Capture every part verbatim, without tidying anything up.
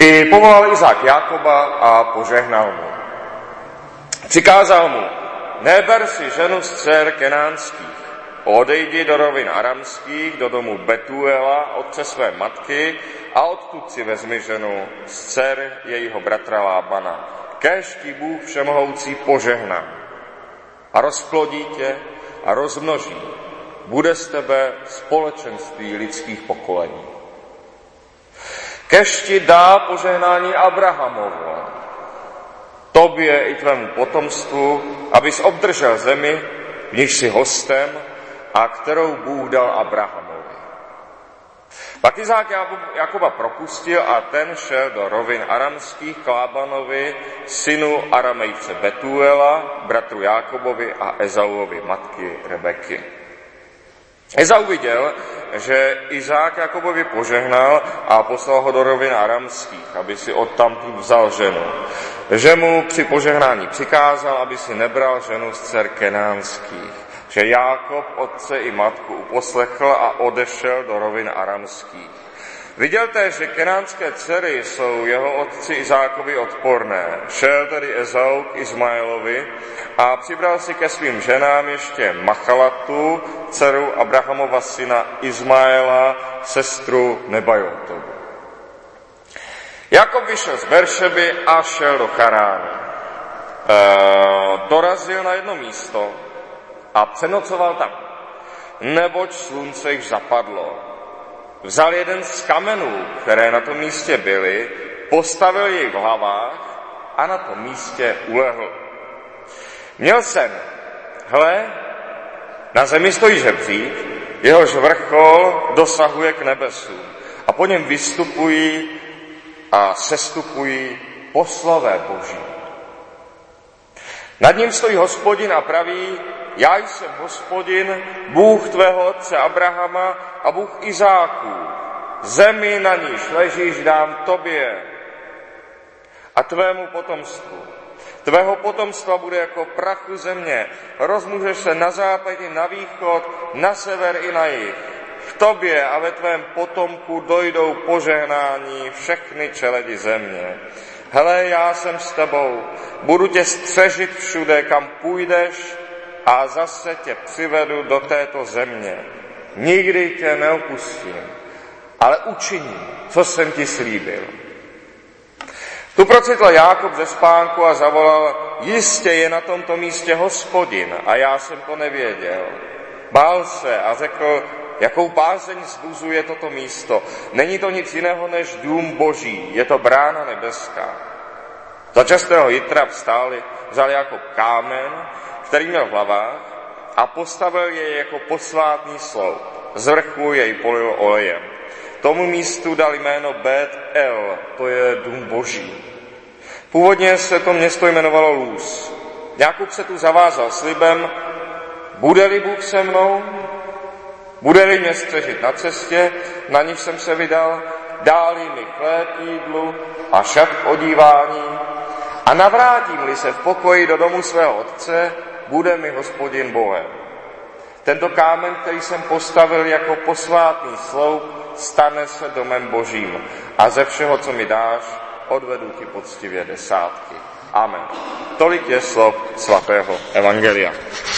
I povolal Izák Jákoba a požehnal mu. Přikázal mu, neber si ženu z dcer kenánských, odejdi do rovin aramských, do domu Betuela, otce své matky, a odtud si vezmi ženu z dcer jejího bratra Lábana. Kéž ti Bůh všemohoucí požehná a rozplodí tě a rozmnoží. Bude z tebe společenství lidských pokolení. Kéž ti dá požehnání Abrahamovo, tobě i tvému potomstvu, abys obdržel zemi, v níž jsi hostem a kterou Bůh dal Abrahamovi. Pak Izák Jakoba propustil a ten šel do rovin aramských k Lábanovi, synu Aramejce Betuela, bratru Jákobovi a Ezauovi, matky Rebeky. Ezau viděl, že Izák Jakobovi požehnal a poslal ho do rovin aramských, aby si odtamtud vzal ženu. Že mu při požehnání přikázal, aby si nebral ženu z dcer kenánských. Že Jákob otce i matku uposlechl a odešel do rovin aramských. Viděl též, že kenánské dcery jsou jeho otci Izákovi odporné. Šel tedy Ezau k Izmaelovi a přibral si ke svým ženám ještě Machalatu, dceru Abrahamova syna Izmaela, sestru Nebajotovu. Jakob vyšel z Beršeby a šel do Charánu. E, dorazil na jedno místo a přenocoval tam, neboť slunce již zapadlo. Vzal jeden z kamenů, které na tom místě byly, postavil jej v hlavách a na tom místě ulehl. Měl jsem, hle, na zemi stojí žebřík, jehož vrchol dosahuje k nebesům a po něm vystupují a sestupují poslové Boží. Nad ním stojí Hospodin a praví, já jsem Hospodin, Bůh tvého otce Abrahama a Bůh Izáků. Zemi, na níž ležíš, dám tobě a tvému potomstvu. Tvého potomstva bude jako prachu země. Rozmůžeš se na západ i na východ, na sever i na jih. V tobě a ve tvém potomku dojdou požehnání všechny čeledi země. Hele, já jsem s tebou, budu tě střežit všude, kam půjdeš, a zase tě přivedu do této země. Nikdy tě neopustím, ale učiním, co jsem ti slíbil. Tu procitl Jákob ze spánku a zavolal, jistě je na tomto místě Hospodin, a já jsem to nevěděl. Bál se a řekl, jakou bázeň vzbuzuje toto místo. Není to nic jiného než dům Boží, je to brána nebeská. Za častého jitra vstáli, vzal Jákob kámen, který měl v hlavách, a postavil jej jako posvátný sloup. Z vrchu jej polil olejem. Tomu místu dal jméno Bet El, to je dům Boží. Původně se to město jmenovalo Luz. Jákob se tu zavázal slibem, bude-li Bůh se mnou, bude-li mě střežit na cestě, na níž jsem se vydal, dá-li mi chléb jídlu a šat k odívání, a navrátím-li se v pokoji do domu svého otce, bude mi Hospodin Bohem. Tento kámen, který jsem postavil jako posvátný sloup, stane se domem Božím. A ze všeho, co mi dáš, odvedu ti poctivě desátky. Amen. Tolik je slov svatého evangelia.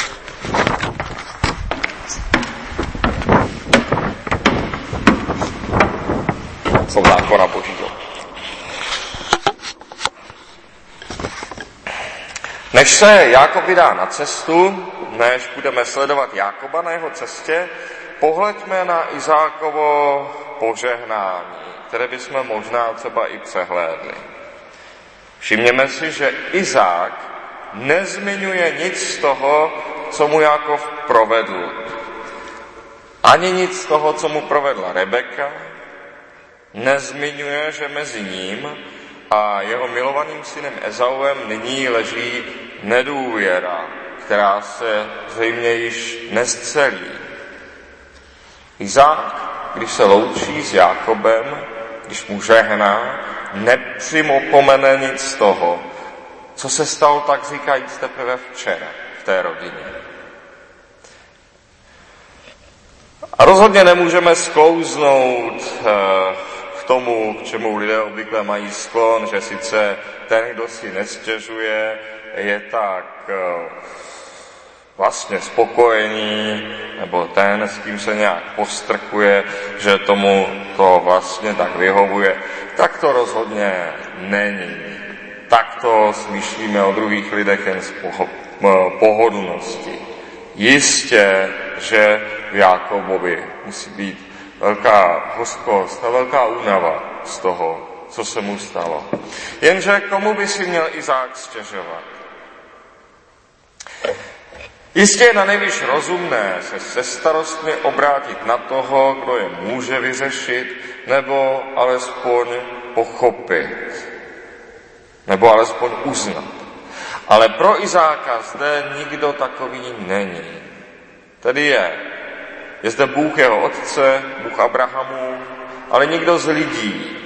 Slov zákona Božího. Než se Jákob vydá na cestu, než budeme sledovat Jákoba na jeho cestě, pohleďme na Izákovo požehnání, které bychom možná třeba i přehlédli. Všimněme si, že Izák nezmiňuje nic z toho, co mu Jákov provedl. Ani nic z toho, co mu provedla Rebeka. Nezmiňuje, že mezi ním a jeho milovaným synem Ezauem nyní leží nedůvěra, která se zřejmě již nescelí. Izák, když se loučí s Jákobem, když mu žehná, nepřipomene nic z toho, co se stalo, tak říkajíc, teprve včera v té rodině. A rozhodně nemůžeme sklouznout v k tomu, k čemu lidé obvykle mají sklon, že sice ten, kdo si nestěžuje, je tak vlastně spokojený, nebo ten, s kým se nějak postrkuje, že tomu to vlastně tak vyhovuje, tak to rozhodně není. Tak to smýšlíme o druhých lidech jen z pohodlnosti. Jistě, že v Jákobovi musí být velká hořkost a velká únava z toho, co se mu stalo. Jenže komu by si měl Izák stěžovat? Jistě je na nejvíc rozumné se se starostmi obrátit na toho, kdo je může vyřešit, nebo alespoň pochopit, nebo alespoň uznat. Ale pro Izáka zde nikdo takový není. Tedy je. Je zde Bůh jeho otce, Bůh Abrahamu, ale nikdo z lidí.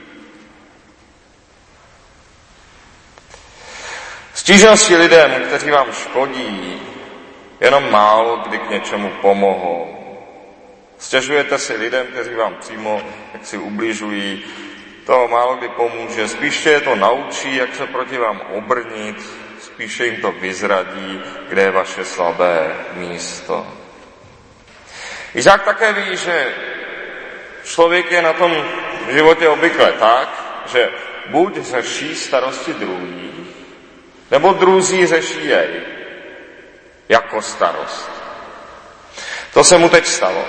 Stížnosti lidem, kteří vám škodí, jenom málo kdy k něčemu pomohou. Stěžujete si lidem, kteří vám přímo jak si ubližují, to málo kdy pomůže. Spíše je to naučí, jak se proti vám obrnit, spíše jim to vyzradí, kde je vaše slabé místo. Izák také ví, že člověk je na tom životě obvykle tak, že buď řeší starosti druhých, nebo druzí řeší jej jako starost. To se mu teď stalo.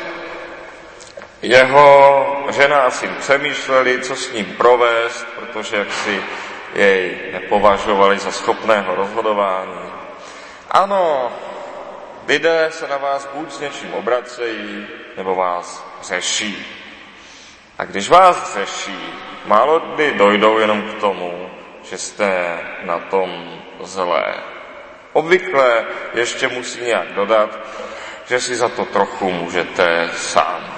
Jeho žena a syn přemýšleli, co s ním provést, protože jak si jej nepovažovali za schopného rozhodování. Ano, lidé se na vás buď s něčím obracejí, nebo vás řeší. A když vás řeší, málo kdy dojdou jenom k tomu, že jste na tom zlé. Obvykle ještě musí nějak dodat, že si za to trochu můžete sám.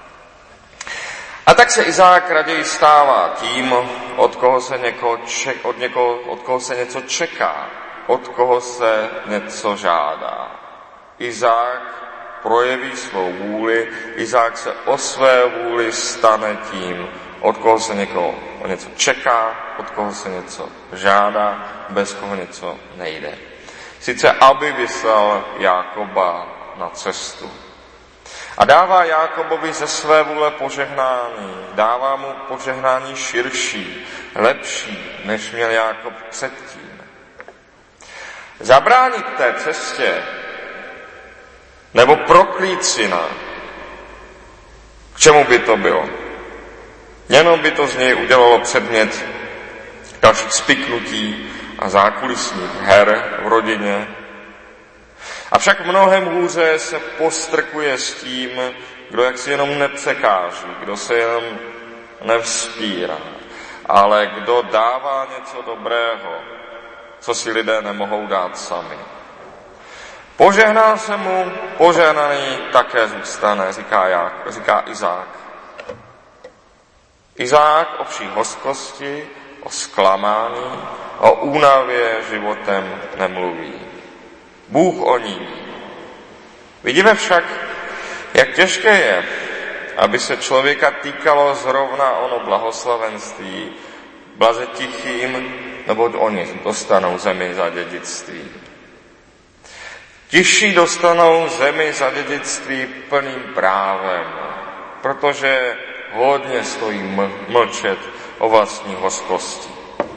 A tak se Izák raději stává tím, od koho se, někoho ček, od někoho, od koho se něco čeká, od koho se něco žádá. Izák projeví svou vůli, Izák se o své vůli stane tím, od koho se někoho o něco čeká, od koho se něco žádá, bez koho něco nejde. Sice aby vyslal Jákoba na cestu. A dává Jákobovi ze své vůle požehnání, dává mu požehnání širší, lepší, než měl Jákob předtím. Zabránit té cestě, nebo proklít syna, k čemu by to bylo? Jenom by to z něj udělalo předmět dalších spiknutí a zákulisních her v rodině. Avšak mnohem hůře se postrkuje s tím, kdo jaksi jenom nepřekáží, kdo se jenom nevzpírá, ale kdo dává něco dobrého, co si lidé nemohou dát sami. Požehná se mu, požehnaný také zůstane, říká, Jak, říká Izák. Izák o vší hořkosti, o zklamání, o únavě životem nemluví. Bůh o ní ví. Vidíme však, jak těžké je, aby se člověka týkalo zrovna ono blahoslavenství, blaze tichým, neboť oni dostanou zemi za dědictví. Tiší dostanou zemi za dědictví plným právem, protože hodně stojí mlčet o vlastní hořkosti.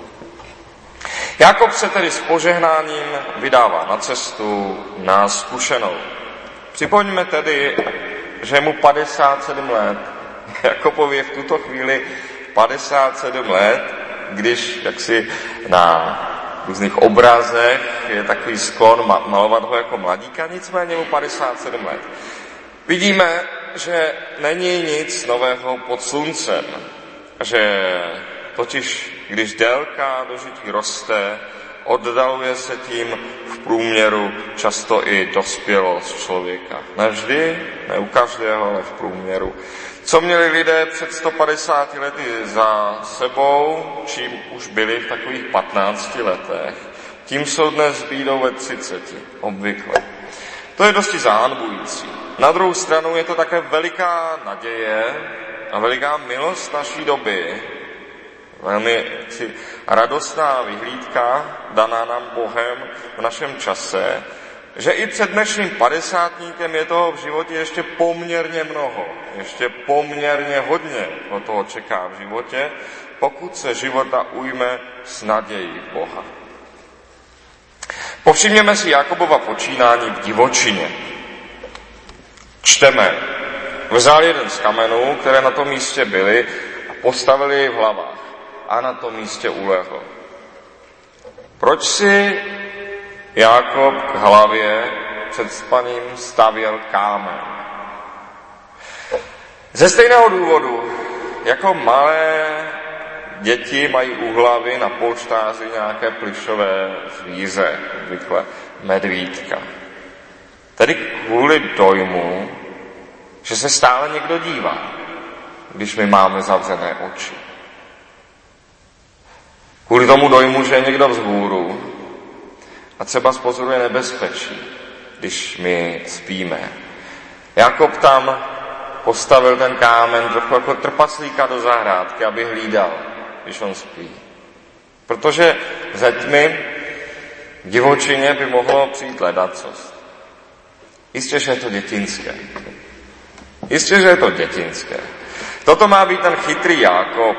Jákob se tedy s požehnáním vydává na cestu na zkušenou. Připomeňme tedy, že mu padesát sedm let. Jakobovi je v tuto chvíli padesát sedm let, když jaksi na různých obrazech je takový sklon malovat ho jako mladíka, nicméně mu padesát sedm let. Vidíme, že není nic nového pod sluncem, že totiž, když délka dožití roste, oddaluje se tím v průměru často i dospělost člověka. Ne vždy, ne u každého, ale v průměru. Co měli lidé před sto padesáti lety za sebou, čím už byli v takových patnácti letech, tím jsou dnes bídou ve třiceti, obvykle. To je dosti zahanbující. Na druhou stranu je to také veliká naděje, a veliká milost naší doby, velmi radostná vyhlídka daná nám Bohem v našem čase, že i před dnešním padesátníkem je toho v životě ještě poměrně mnoho, ještě poměrně hodně o toho čeká v životě, pokud se života ujme s nadějí v Boha. Povšimněme si Jakobova počínání v divočině. Čteme, vzal jeden z kamenů, které na tom místě byly, a postavili jej v hlavách a na tom místě ulehl. Proč si Jákob k hlavě před spaním stavěl kámen? Ze stejného důvodu, jako malé děti mají u hlavy na polštáři nějaké plyšové zvíře, obvykle medvídka. Tedy kvůli dojmu, že se stále někdo dívá, když my máme zavřené oči. Kvůli tomu dojmu, že je někdo vzhůru a třeba spozoruje nebezpečí, když my spíme. Jakob tam postavil ten kámen trochu jako trpaslíka do zahrádky, aby hlídal, když on spí. Protože ze tmy v divočině by mohlo přijít ledacos. Jistě, že je to dětinské. Jistě, že je to dětinské. Toto má být ten chytrý Jákob.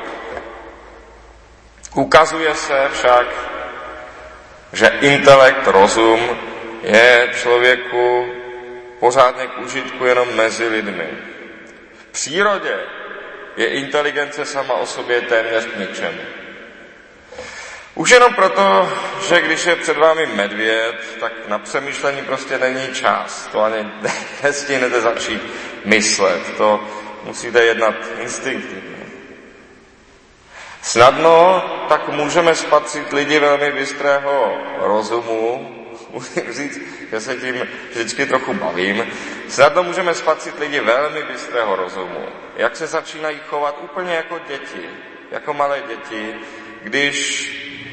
Ukazuje se však, že intelekt, rozum je člověku pořádně k užitku jenom mezi lidmi. V přírodě je inteligence sama o sobě téměř k ničemu. Už jenom proto, že když je před vámi medvěd, tak na přemýšlení prostě není čas. To ani nestihnete začít myslet. To musíte jednat instinktivně. Snadno tak můžeme spatřit lidi velmi bystrého rozumu. Musím říct, že se tím vždycky trochu bavím. Snadno můžeme spatřit lidi velmi bystrého rozumu. Jak se začínají chovat úplně jako děti, jako malé děti, když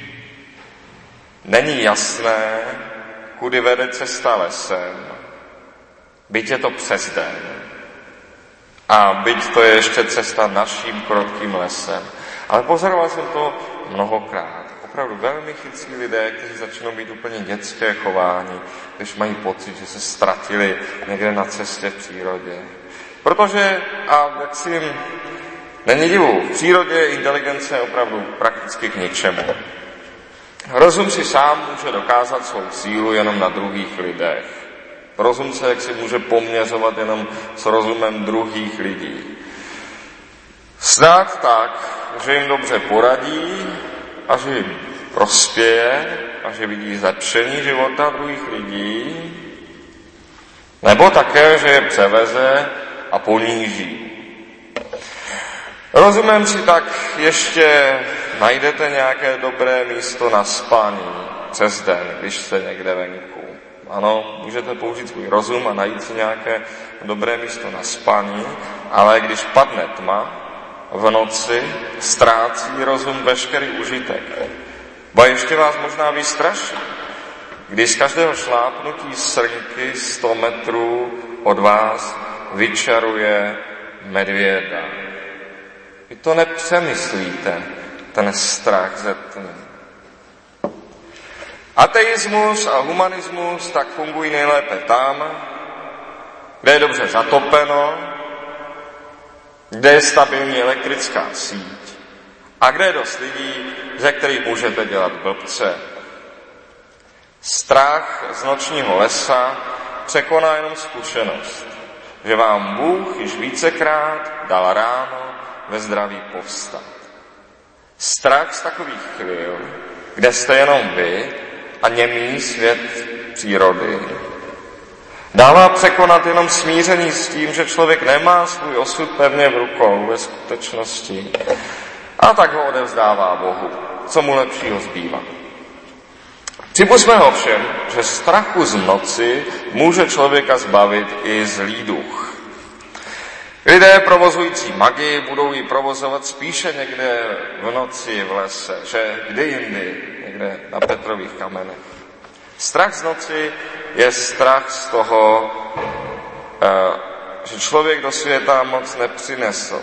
není jasné, kudy vede cesta lesem, byť je to přes den. A byť to je ještě cesta naším korotkým lesem. Ale pozoroval jsem to mnohokrát. Opravdu velmi chytří lidé, kteří začínají být úplně dětské chování, když mají pocit, že se ztratili někde na cestě v přírodě. Protože, a jak si jim není divu, v přírodě je inteligence opravdu prakticky k ničemu. Rozum si sám může dokázat svou sílu jenom na druhých lidech. Rozum se jak si může poměřovat jenom s rozumem druhých lidí. Snad tak, že jim dobře poradí a že jim prospěje a že vidí zlepšení života druhých lidí, nebo také, že je převeze a poníží. Rozumem si tak ještě najdete nějaké dobré místo na spání přes den, když jste někde venku. Ano, můžete použít svůj rozum a najít si nějaké dobré místo na spání, ale když padne tma, v noci ztrácí rozum veškerý užitek. Ba ještě vás možná vystraší, když z každého šlápnutí srnky sto metrů od vás vyčaruje medvěda. Vy to nepřemyslíte, ten strach ze tmy. Ateismus a humanismus tak fungují nejlépe tam, kde je dobře zatopeno, kde je stabilní elektrická síť a kde je dost lidí, ze kterých můžete dělat blbce. Strach z nočního lesa překoná jenom zkušenost, že vám Bůh již vícekrát dal ráno ve zdraví povstat. Strach z takových chvíl, kde jste jenom vy a němý svět přírody, dává překonat jenom smíření s tím, že člověk nemá svůj osud pevně v rukou ve skutečnosti a tak ho odevzdává Bohu. Co mu lepšího zbývá? Připusťme ho všem, že strachu z noci může člověka zbavit i zlý duch. Lidé provozující magii budou ji provozovat spíše někde v noci v lese, že kdy jindy, někde na Petrových kamenech. Strach z noci je strach z toho, že člověk do světa moc nepřinesl,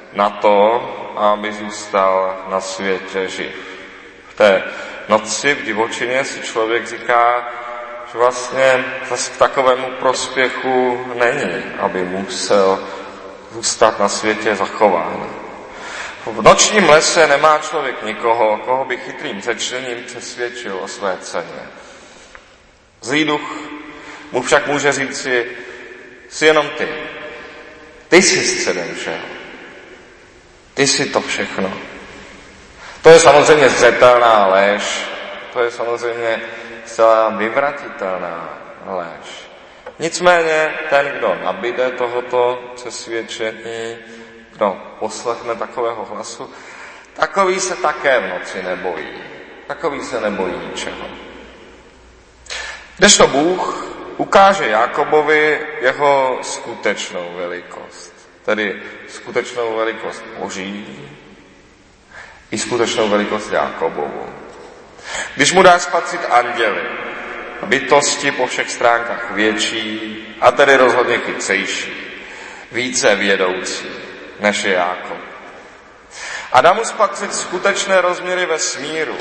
na to, aby zůstal na světě živ. V té noci v divočině si člověk říká, že vlastně zase k takovému prospěchu není, aby musel zůstat na světě zachován. V nočním lese nemá člověk nikoho, koho by chytrým řečením přesvědčil o své ceně. Zlý duch mu však může říci, jsi jenom ty. Ty jsi středem všeho. Ty jsi to všechno. To je samozřejmě zřetelná lež, to je samozřejmě zcela vyvratitelná lež. Nicméně ten, kdo nabíde tohoto přesvědčení, kdo poslechne takového hlasu, takový se také v noci nebojí. Takový se nebojí ničeho. Kdežto Bůh ukáže Jákobovi jeho skutečnou velikost. Tedy skutečnou velikost Boží i skutečnou velikost Jákobovu. Když mu dá spatřit anděly, bytosti po všech stránkách větší a tedy rozhodně chytřejší, více vědoucí, než je Jákob. A dá mu spatřit skutečné rozměry vesmíru.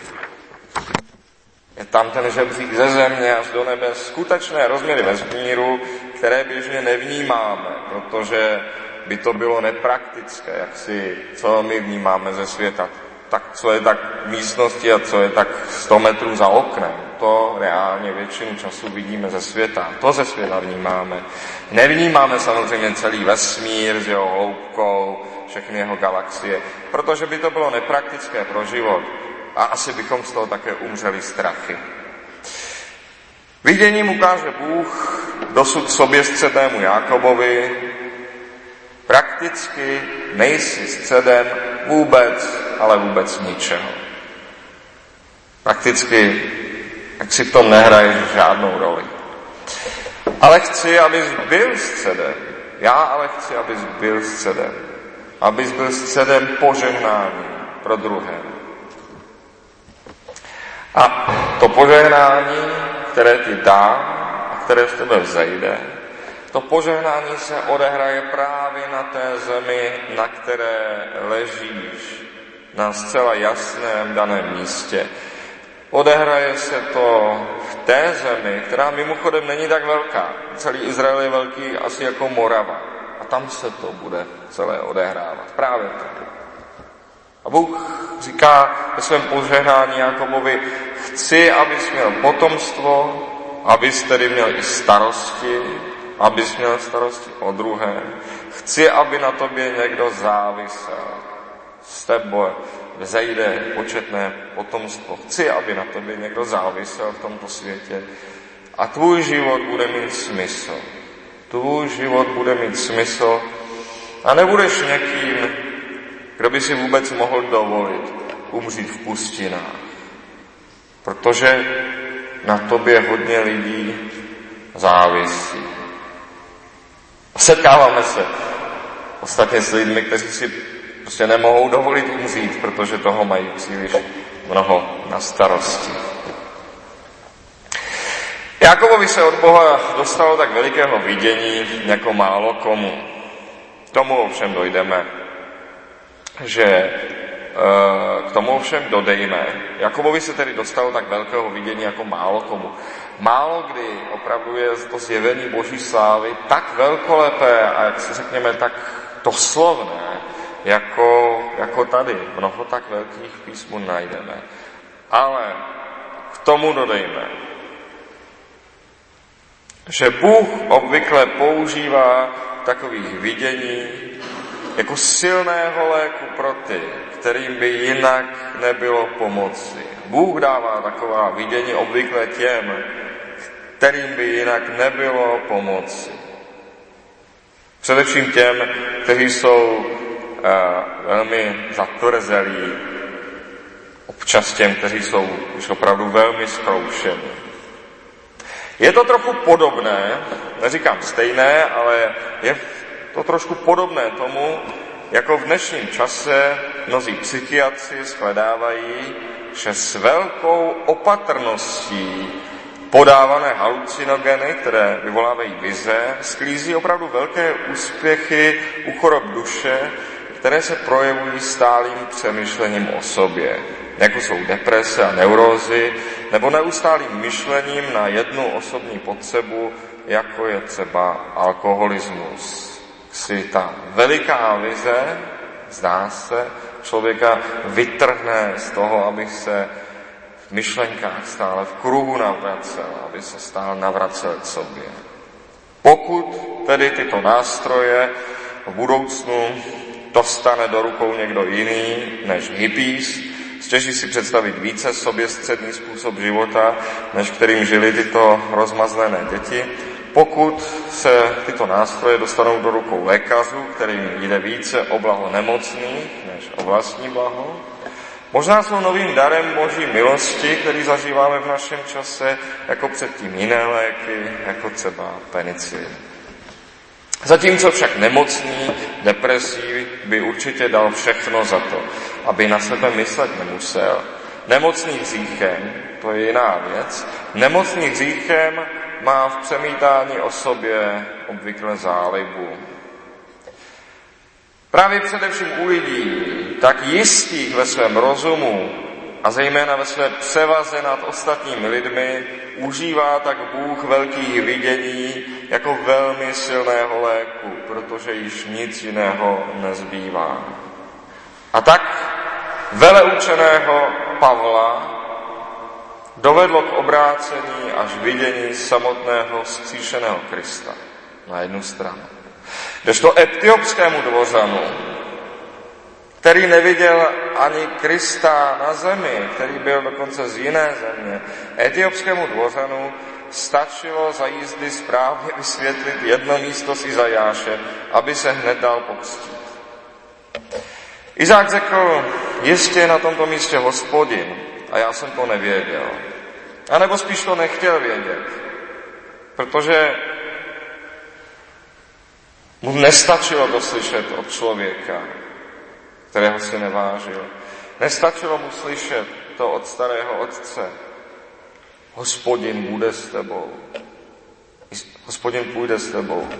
Je tam ten žebřík ze země až do nebe, skutečné rozměry vesmíru, které běžně nevnímáme, protože by to bylo nepraktické, jak si, co my vnímáme ze světa. Tak co je tak v místnosti a co je tak sto metrů za oknem, to reálně většinu času vidíme ze světa. To ze světa vnímáme. Nevnímáme samozřejmě celý vesmír s jeho hloubkou, všechny jeho galaxie, protože by to bylo nepraktické pro život a asi bychom z toho také umřeli strachy. Viděním ukáže Bůh dosud soběstřednému Jákobovi, prakticky nejsi středem vůbec, ale vůbec ničeho. Prakticky, jak si v tom nehraješ žádnou roli. Ale chci, abys byl středem. Já ale chci, abys byl středem. Abys byl středem požehnání pro druhé. A to požehnání, které ti dám a které z tebe vzejde, to požehnání se odehraje právě na té zemi, na které ležíš, na zcela jasném daném místě. Odehraje se to v té zemi, která mimochodem není tak velká. Celý Izrael je velký asi jako Morava. A tam se to bude celé odehrávat. Právě tady. A Bůh říká ve svém požehnání Jákobovi, chci, abys měl potomstvo, abys tedy měl i starosti, abys měl starosti o druhé. Chci, aby na tobě někdo závisel. Z tebe vzejde početné potomstvo. Chci, aby na tobě někdo závisel v tomto světě. A tvůj život bude mít smysl. Tvůj život bude mít smysl a nebudeš někým, kdo by si vůbec mohl dovolit umřít v pustinách. Protože na tobě hodně lidí závisí. Setkáváme se ostatně s lidmi, kteří si prostě nemohou dovolit umřít, protože toho mají příliš mnoho na starosti. Jákobovi se od Boha dostalo tak velikého vidění jako málo komu. K tomu ovšem dojdeme, že k tomu ovšem dodejme. Jakobovi se tedy dostalo tak velkého vidění jako málo komu. Málo kdy opravdu je to zjevení Boží slávy tak velkolepé a jak si řekněme tak doslovné, jako, jako tady. Mnoho tak velkých písmů najdeme. Ale k tomu dodejme, že Bůh obvykle používá takových vidění jako silného léku pro ty, kterým by jinak nebylo pomoci. Bůh dává taková vidění obvykle těm, kterým by jinak nebylo pomoci. Především těm, kteří jsou uh, velmi zatvrzelí, občas těm, kteří jsou už opravdu velmi zkroušení. Je to trochu podobné, neříkám stejné, ale je to trošku podobné tomu, jako v dnešním čase mnozí psychiatři shledávají, že s velkou opatrností podávané halucinogeny, které vyvolávají vize, sklízí opravdu velké úspěchy u chorob duše, které se projevují stálým přemýšlením o sobě, jako jsou deprese a neurózy, nebo neustálým myšlením na jednu osobní potřebu, jako je třeba alkoholismus. Si ta veliká vize, zdá se, člověka vytrhne z toho, aby se v myšlenkách stále v kruhu navracel, aby se stále navracel k sobě. Pokud tedy tyto nástroje v budoucnu dostane do rukou někdo jiný než hippies, stěží si představit více soběstředný způsob života, než kterým žili tyto rozmazlené děti. Pokud se tyto nástroje dostanou do rukou lékařů, kterým jde více o blaho nemocných než o vlastní blaho, možná jsou novým darem Boží milosti, který zažíváme v našem čase, jako předtím jiné léky, jako třeba penicilin. Zatímco však nemocný, depresí by určitě dal všechno za to, aby na sebe myslet nemusel. Nemocný hříchem, to je jiná věc, nemocný hříchem má v přemítání o sobě obvykle zálibu. Právě především u lidí, tak jistých ve svém rozumu a zejména ve své převaze nad ostatními lidmi, užívá tak Bůh velkých vidění jako velmi silného léku, protože již nic jiného nezbývá. A tak veleučeného Pavla dovedlo k obrácení až vidění samotného vzkříšeného Krista na jednu stranu. Kdežto etiopskému dvořanu, který neviděl ani Krista na zemi, který byl dokonce z jiné země, etiopskému dvořanu stačilo za jízdy správně vysvětlit jedno místo z Izajáše, aby se hned dal pokřtít. Izák řekl, jistě na tomto místě Hospodin, a já jsem to nevěděl. A nebo spíš to nechtěl vědět, protože mu nestačilo to slyšet od člověka, kterého si nevážil. Nestačilo mu slyšet to od starého otce. Hospodin bude s tebou. Hospodin půjde s tebou.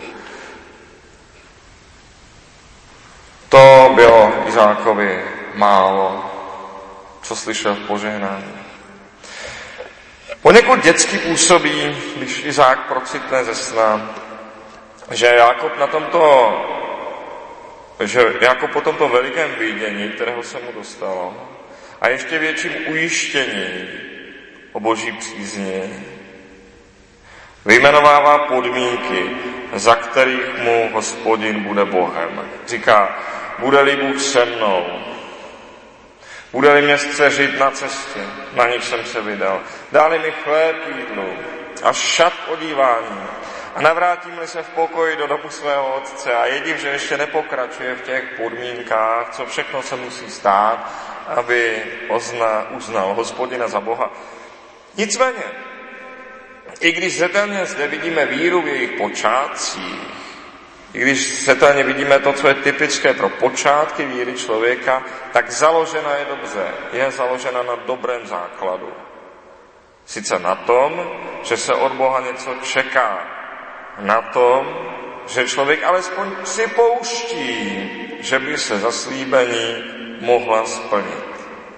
To bylo Izákovi málo, co slyšel v požehnání. Poněkud dětsky působí, když Izák procitne ze sna, že Jákob na tomto, že Jákob po tomto velikém vidění, kterého se mu dostalo, a ještě větším ujištění o Boží přízni, vyjmenovává podmínky, za kterých mu Hospodin bude Bohem. Říká, bude-li Bůh se mnou, bude-li mě střežit na cestě, na níž jsem se vydal, dá-li mi chléb jídlu a šat odívání a navrátím-li se v pokoji do domu svého otce a jedím, že ještě nepokračuje v těch podmínkách, co všechno se musí stát, aby ozna, uznal Hospodina za Boha. Nicméně, i když zřetelně zde vidíme víru v jejich počátcích, i když zřetelně vidíme to, co je typické pro počátky víry člověka, tak založena je dobře, je založena na dobrém základu. Sice na tom, že se od Boha něco čeká, na tom, že člověk alespoň připouští, že by se zaslíbení mohla splnit.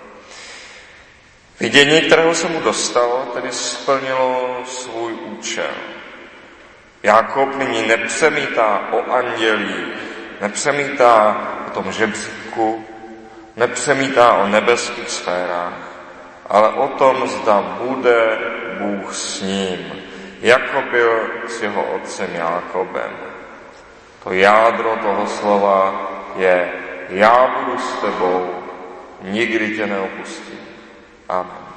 Vidění, kterého se mu dostalo, tedy splnilo svůj účel. Jákob nyní nepřemítá o andělích, nepřemítá o tom žebříku, nepřemítá o nebeských sférách, ale o tom, zda bude Bůh s ním, jako byl s jeho otcem Jákobem. To jádro toho slova je, já budu s tebou, nikdy tě neopustím. Amen.